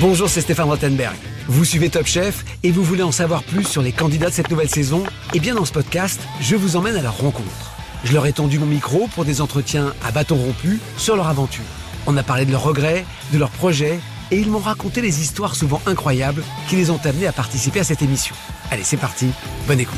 Bonjour, c'est Stéphane Rothenberg. Vous suivez Top Chef et vous voulez en savoir plus sur les candidats de cette nouvelle saison? Eh bien, dans ce podcast, je vous emmène à leur rencontre. Je leur ai tendu mon micro pour des entretiens à bâton rompu sur leur aventure. On a parlé de leurs regrets, de leurs projets, et ils m'ont raconté les histoires souvent incroyables qui les ont amenés à participer à cette émission. Allez, c'est parti, bonne écoute.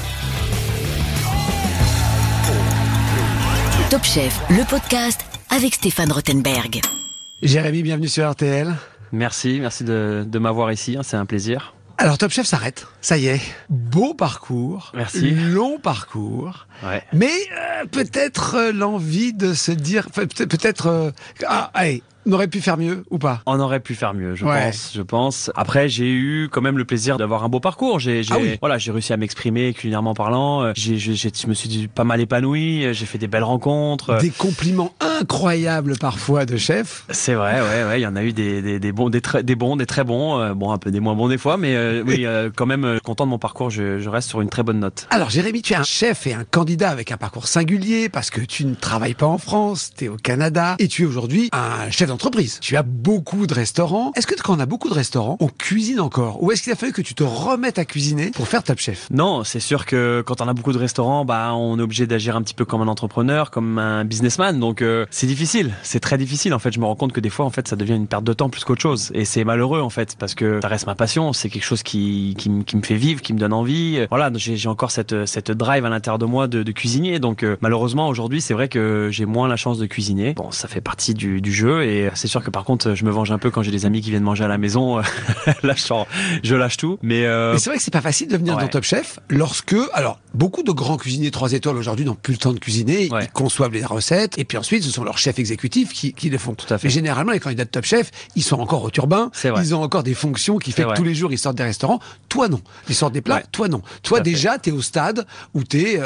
Top Chef, le podcast avec Stéphane Rothenberg. Jérémy, bienvenue sur RTL. Merci de m'avoir ici, c'est un plaisir. Alors Top Chef s'arrête, ça y est. Beau parcours, Merci. Long parcours, Ouais. mais peut-être l'envie de se dire, allez, on aurait pu faire mieux ou pas? On aurait pu faire mieux, Ouais. je pense. Après, j'ai eu quand même le plaisir d'avoir un beau parcours. J'ai réussi à m'exprimer culinairement parlant. Je me suis pas mal épanoui. J'ai fait des belles rencontres. Des compliments incroyables parfois de chefs. C'est vrai, ouais. Il y en a eu des bons, des très bons. Bon, un peu des moins bons des fois, mais quand même content de mon parcours. Je reste sur une très bonne note. Alors Jérémy, tu es un chef et un candidat avec un parcours singulier parce que tu ne travailles pas en France, tu es au Canada et tu es aujourd'hui un chef d'entreprise. Tu as beaucoup de restaurants. Est-ce que quand on a beaucoup de restaurants, on cuisine encore? Ou est-ce qu'il a fallu que tu te remettes à cuisiner pour faire Top Chef? Non, c'est sûr que quand on a beaucoup de restaurants, on est obligé d'agir un petit peu comme un entrepreneur, comme un businessman. Donc c'est difficile, c'est très difficile. En fait, je me rends compte que des fois, en fait, ça devient une perte de temps plus qu'autre chose. Et c'est malheureux en fait, parce que ça reste ma passion. C'est quelque chose qui me fait vivre, qui me donne envie. Voilà, j'ai encore cette drive à l'intérieur de moi de cuisinier. Donc malheureusement aujourd'hui, c'est vrai que j'ai moins la chance de cuisiner. Bon, ça fait partie du jeu et c'est sûr que par contre, je me venge un peu quand j'ai des amis qui viennent manger à la maison. Là, je lâche tout. Mais c'est vrai que c'est pas facile de venir dans Top Chef lorsque, alors, beaucoup de grands cuisiniers 3 étoiles aujourd'hui n'ont plus le temps de cuisiner. Ouais. Ils conçoivent les recettes et puis ensuite, ce sont leurs chefs exécutifs qui les font. Tout à fait. Mais généralement, les candidats de Top Chef, ils sont encore au turbin. C'est vrai. Ils ont encore des fonctions qui fait C'est que vrai. tous les jours, ils sortent des restaurants. Toi, non. Ils sortent des plats. Ouais. Toi, non. Toi, à fait. déjà, t'es au stade où t'es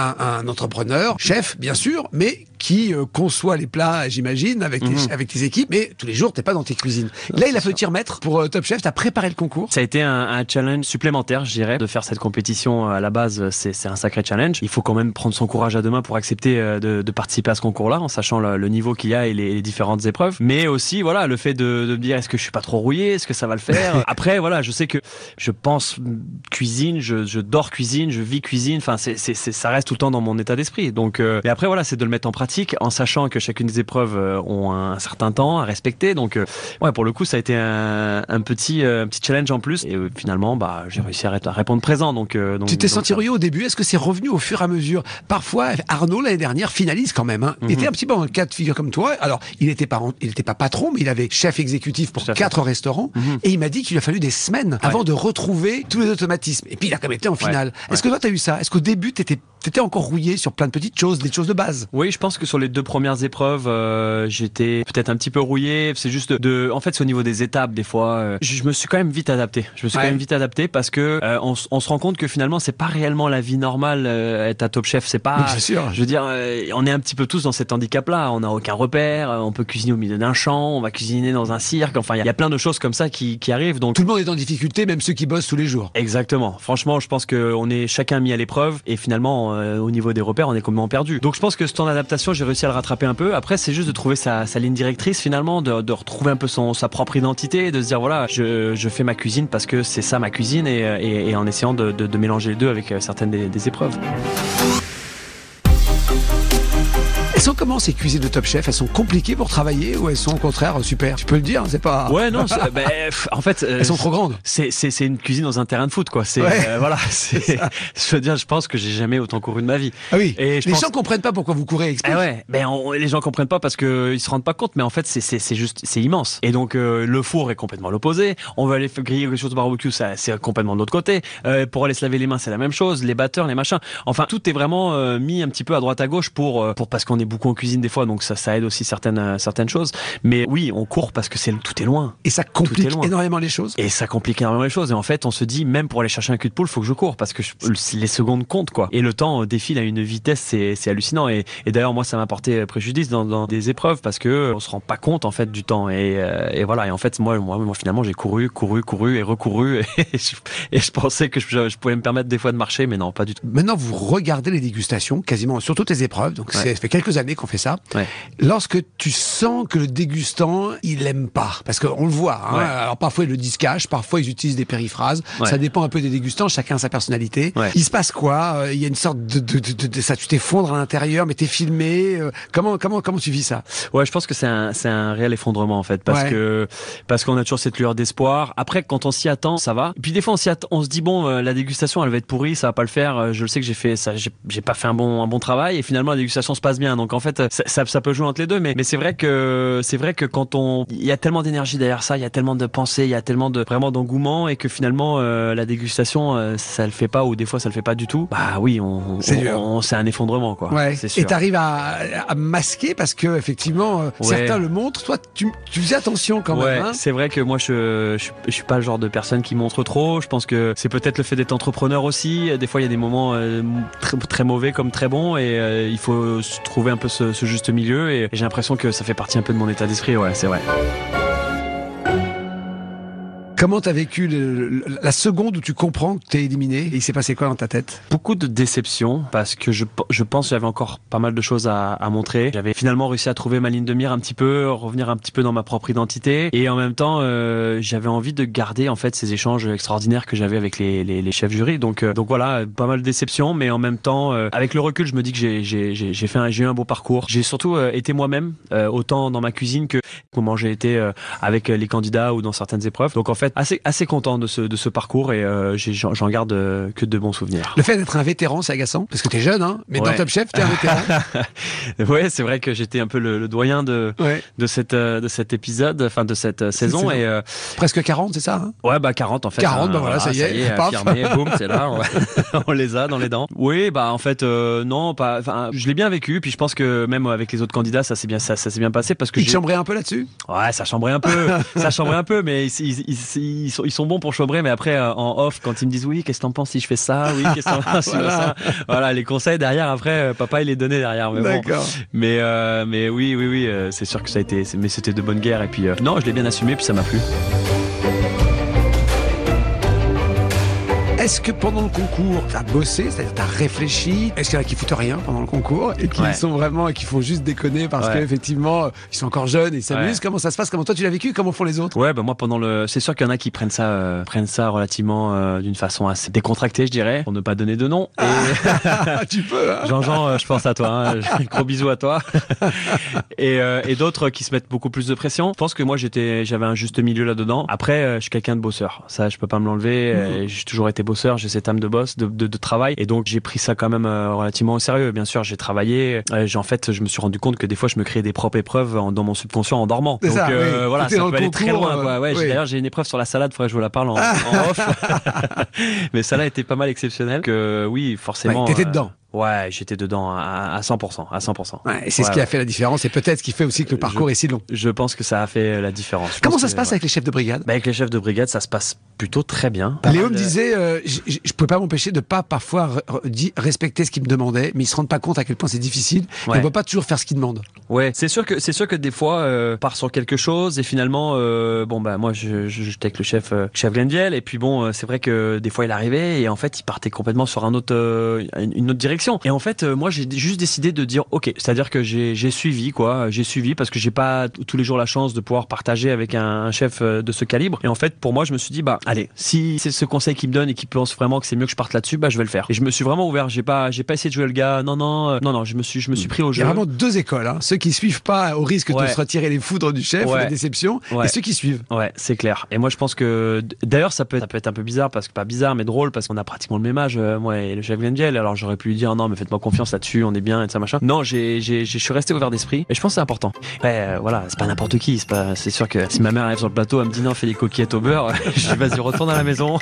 un entrepreneur, chef, bien sûr, mais qui conçoit les plats, j'imagine, avec tes équipes. Mais tous les jours, t'es pas dans tes cuisines. Là, il a fallu t'y remettre pour Top Chef. T'as préparé le concours. ça a été un challenge supplémentaire, je dirais, de faire cette compétition. À la base, c'est un sacré challenge. Il faut quand même prendre son courage à deux mains pour accepter de participer à ce concours-là, en sachant le niveau qu'il y a et les différentes épreuves. Mais aussi, voilà, le fait de me dire, est-ce que je suis pas trop rouillé, est-ce que ça va le faire. Après, voilà, je sais que je pense cuisine, je dors cuisine, je vis cuisine. Enfin, ça reste tout le temps dans mon état d'esprit. Donc, mais après, voilà, c'est de le mettre en pratique, en sachant que chacune des épreuves ont un certain temps à respecter. Donc, ouais, pour le coup, ça a été un petit challenge en plus. Et finalement, j'ai réussi à répondre présent. Donc Tu t'es senti rouillé au début. Est-ce que c'est revenu au fur et à mesure? Parfois, Arnaud, l'année dernière, finalise quand même. Il était un petit peu dans le cas de figure comme toi. Alors, il n'était pas patron, mais il avait chef exécutif pour Tout à fait. 4 restaurants. Et il m'a dit qu'il lui a fallu des semaines avant de retrouver tous les automatismes. Et puis, il a quand même été en finale. Ouais. Est-ce que toi, t'as eu ça? Est-ce qu'au début, t'étais encore rouillé sur plein de petites choses, des choses de base? Oui, je pense que sur les 2 premières épreuves, j'étais peut-être un petit peu rouillé. C'est juste en fait, c'est au niveau des étapes des fois. Je me suis quand même vite adapté. Parce que on se rend compte que finalement, c'est pas réellement la vie normale être à Top Chef. C'est pas. Bien sûr. Je veux dire, on est un petit peu tous dans cet handicap-là. On n'a aucun repère. On peut cuisiner au milieu d'un champ. On va cuisiner dans un cirque. Enfin, il y a plein de choses comme ça qui arrivent. Donc Tout le monde est en difficulté, même ceux qui bossent tous les jours. exactement. Franchement, je pense que on est chacun mis à l'épreuve et finalement, au niveau des repères, on est complètement perdu. Donc je pense que ce temps d'adaptation, j'ai réussi à le rattraper un peu. Après, c'est juste de trouver sa ligne directrice finalement, de retrouver un peu sa propre identité, de se dire voilà, je fais ma cuisine parce que c'est ça ma cuisine et en essayant de mélanger les deux avec certaines des épreuves. Elles sont comment ces cuisines de Top Chef? Elles sont compliquées pour travailler ou elles sont au contraire super? Tu peux le dire, c'est pas. Ouais, non, en fait, Elles sont trop grandes. c'est une cuisine dans un terrain de foot, quoi. C'est Ouais. voilà, je veux dire, je pense que j'ai jamais autant couru de ma vie. Ah oui. Et je Les pense- gens comprennent pas pourquoi vous courez. Explique. Ah ouais, les gens comprennent pas parce que ils se rendent pas compte, mais en fait c'est juste c'est immense. Et donc le four est complètement l'opposé. On veut aller griller quelque chose au barbecue, ça c'est complètement de l'autre côté. Pour aller se laver les mains, c'est la même chose. Les batteurs, les machins. Enfin tout est vraiment mis un petit peu à droite à gauche pour parce qu'on est beaucoup en cuisine des fois, donc ça aide aussi certaines choses. Mais oui, on court parce que tout est loin. Et ça Tout complique est loin. énormément les choses. Et ça complique énormément les choses. Et en fait, on se dit, même pour aller chercher un cul de poule, faut que je cours parce que les secondes comptent, quoi. Et le temps défile à une vitesse, c'est hallucinant. Et d'ailleurs, moi, ça m'a porté préjudice dans des épreuves parce que on se rend pas compte, en fait, du temps. Et voilà. Et en fait, moi, finalement, j'ai couru et recouru. Et je pensais que je pouvais me permettre des fois de marcher, mais non, pas du tout. Maintenant, vous regardez les dégustations quasiment sur toutes les épreuves. Donc, Ouais. ça fait quelques années qu'on fait ça. Ouais. Lorsque tu sens que le dégustant, il aime pas, parce qu'on le voit, hein, Ouais. alors parfois ils le disent cash, parfois ils utilisent des périphrases, Ouais. ça dépend un peu des dégustants, chacun a sa personnalité. Ouais. Il se passe quoi? Il y a une sorte de ça, tu t'effondres à l'intérieur, mais t'es filmé. Comment tu vis ça? Ouais, je pense que c'est un réel effondrement en fait, parce qu'on a toujours cette lueur d'espoir. Après, quand on s'y attend, ça va. Et puis des fois, on se dit bon, la dégustation, elle va être pourrie, ça va pas le faire. Je le sais que j'ai pas fait un bon travail, et finalement la dégustation se passe bien. Donc en fait, ça peut jouer entre les deux, mais c'est vrai que quand il y a tellement d'énergie derrière ça, il y a tellement de pensées, il y a tellement vraiment d'engouement, et que finalement la dégustation, ça le fait pas, ou des fois ça le fait pas du tout. Bah oui, c'est un effondrement quoi. Ouais. C'est sûr. Et t'arrives à masquer, parce que effectivement, certains le montrent. Toi, tu faisais attention quand même. Hein. C'est vrai que moi je suis pas le genre de personne qui montre trop. Je pense que c'est peut-être le fait d'être entrepreneur aussi. Des fois il y a des moments très, très mauvais comme très bons, et il faut trouver un peu ce juste milieu, et j'ai l'impression que ça fait partie un peu de mon état d'esprit. Ouais, c'est vrai. Comment t'as vécu la seconde où tu comprends que t'es éliminé, et il s'est passé quoi dans ta tête? Beaucoup de déception, parce que je pense que j'avais encore pas mal de choses à montrer. J'avais finalement réussi à trouver ma ligne de mire un petit peu, revenir un petit peu dans ma propre identité, et en même temps j'avais envie de garder en fait ces échanges extraordinaires que j'avais avec les chefs jury. Donc voilà, pas mal de déception, mais en même temps avec le recul, je me dis que j'ai eu un beau parcours. J'ai surtout été moi-même, autant dans ma cuisine que comment j'ai été avec les candidats ou dans certaines épreuves. Donc en fait assez content de ce parcours, et j'en garde que de bons souvenirs. Le fait d'être un vétéran, c'est agaçant, parce que t'es jeune, hein, mais dans Top Chef, t'es un vétéran. Ouais, c'est vrai que j'étais un peu le doyen de cet épisode, enfin de cette saison, et presque 40, c'est ça, hein? Ouais, 40 en fait. 40, bah voilà, ça y est, paf. Affirmé, boum, c'est là, on les a dans les dents. Oui, en fait non, pas, enfin je l'ai bien vécu, puis je pense que même avec les autres candidats, ça s'est bien passé, parce que tu te chambrais un peu là-dessus? Ouais, ça chambrait un peu, mais ils sont bons pour chambrer, mais après en off, quand ils me disent oui, qu'est-ce que t'en penses si je fais ça, oui, qu'est-ce que t'en penses si je fais ça, voilà, les conseils derrière, après papa il les donnait derrière, mais d'accord. Bon, mais oui, c'est sûr que ça a été, mais c'était de bonne guerre, et puis non, je l'ai bien assumé, puis ça m'a plu. Est-ce que pendant le concours, t'as bossé, c'est-à-dire t'as réfléchi? Est-ce qu'il y en a qui foutent rien pendant le concours et qui sont vraiment, et qui font juste déconner parce qu'effectivement ils sont encore jeunes et ils s'amusent? Ouais. Comment ça se passe? Comment toi tu l'as vécu? Comment font les autres? Ouais, moi c'est sûr qu'il y en a qui prennent ça relativement d'une façon assez décontractée, je dirais, pour ne pas donner de nom. Et tu peux. Hein, Jean-Jean, je pense à toi. Hein. Gros bisous à toi. Et d'autres qui se mettent beaucoup plus de pression. Je pense que moi j'avais un juste milieu là-dedans. Après, je suis quelqu'un de bosseur. Ça, je peux pas me l'enlever. J'ai toujours été bosseur. J'ai cette âme de boss, de travail, et donc j'ai pris ça quand même relativement au sérieux. Bien sûr, j'ai travaillé. En fait, je me suis rendu compte que des fois, je me créais des propres épreuves dans mon subconscient en dormant. C'est donc ça, voilà, ça peut aller très loin. Quoi. Ouais, oui. D'ailleurs, j'ai une épreuve sur la salade. Faudrait que je vous la parle en off. Mais ça là était pas mal exceptionnel. Que oui, forcément. Ouais, t'étais dedans. Ouais, j'étais dedans à 100%. Ouais, et c'est ce qui a fait la différence, et peut-être ce qui fait aussi que le parcours est si long. Je pense que ça a fait la différence. Comment ça se passe avec les chefs de brigade? Avec les chefs de brigade, ça se passe plutôt très bien. Léo me disait, je pouvais pas m'empêcher de pas parfois respecter ce qu'il me demandait, mais ils se rendent pas compte à quel point c'est difficile. Et on peut pas toujours faire ce qu'il demande. Ouais, c'est sûr que des fois, part sur quelque chose, et finalement, moi, j'étais avec le chef Glendiel, et puis bon, c'est vrai que des fois il arrivait, et en fait, il partait complètement sur une autre direction. Et en fait, moi, j'ai juste décidé de dire OK, c'est-à-dire que j'ai suivi parce que j'ai pas tous les jours la chance de pouvoir partager avec un chef de ce calibre. Et en fait, pour moi, je me suis dit allez, si c'est ce conseil qu'il me donne et qu'il pense vraiment que c'est mieux que je parte là-dessus, je vais le faire. Et je me suis vraiment ouvert. J'ai pas essayé de jouer le gars. Non, je me suis pris au jeu. Il y a vraiment deux écoles, hein. Ceux qui suivent pas au risque de se retirer les foudres du chef, la déception, et ceux qui suivent. Ouais, c'est clair. Et moi, je pense que d'ailleurs, ça peut être un peu bizarre, parce que pas bizarre, mais drôle, parce qu'on a pratiquement le même âge, moi et le chef Glendiel. Alors j'aurais pu lui dire non, mais faites-moi confiance là-dessus, on est bien et ça machin. Non, je suis resté ouvert d'esprit, et je pense que c'est important. Après, voilà, c'est pas n'importe qui, c'est sûr que si ma mère arrive sur le plateau, elle me dit non, fais des coquillettes au beurre, je dis vas-y, retourne à la maison.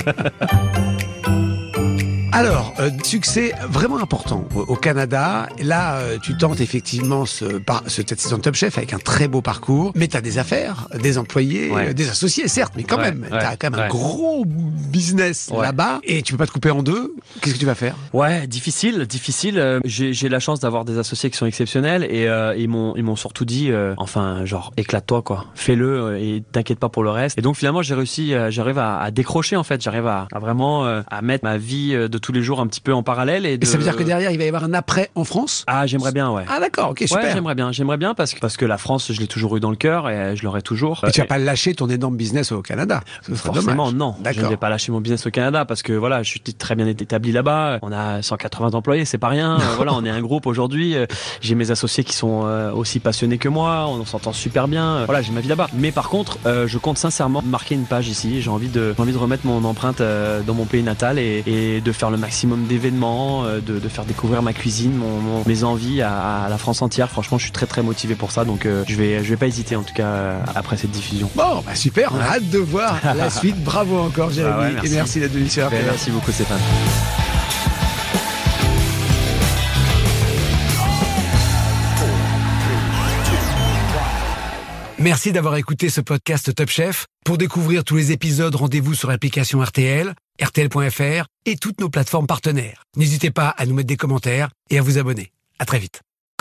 Alors, succès vraiment important au Canada. Là, tu tentes effectivement cette saison de Top Chef avec un très beau parcours, mais tu as des affaires, des employés, des associés, certes, mais quand même, tu as quand même un gros business là-bas, et tu peux pas te couper en deux. Qu'est-ce que tu vas faire? Ouais, difficile. J'ai la chance d'avoir des associés qui sont exceptionnels, et ils m'ont surtout dit, éclate-toi, quoi. Fais-le, et t'inquiète pas pour le reste. Et donc finalement, j'arrive à décrocher, en fait. J'arrive à vraiment à mettre ma vie de tous les jours un petit peu en parallèle. Et ça veut dire que derrière, il va y avoir un après en France? Ah, j'aimerais bien, ouais. Ah d'accord, ok, super. Ouais, j'aimerais bien parce que la France, je l'ai toujours eu dans le cœur et je l'aurai toujours. Et tu vas pas lâcher ton énorme business au Canada? Forcément, non. D'accord. Je ne vais pas lâcher mon business au Canada parce que voilà, je suis très bien établi là-bas. On a 180 employés, c'est pas rien. Voilà, on est un groupe aujourd'hui. J'ai mes associés qui sont aussi passionnés que moi. On s'entend super bien. Voilà, j'ai ma vie là-bas. Mais par contre, je compte sincèrement marquer une page ici. J'ai envie de remettre mon empreinte dans mon pays natal et de faire le maximum d'événements, de faire découvrir ma cuisine, mes envies à la France entière. Franchement, je suis très très motivé pour ça. Donc, je vais pas hésiter en tout cas après cette diffusion. Bon, bah super. On a hâte de voir la suite. Bravo encore, Jérémy. Merci. Et merci d'être venu sur RTL. Merci beaucoup, Stéphane. Merci d'avoir écouté ce podcast Top Chef. Pour découvrir tous les épisodes, rendez-vous sur l'application RTL, RTL.fr et toutes nos plateformes partenaires. N'hésitez pas à nous mettre des commentaires et à vous abonner. À très vite.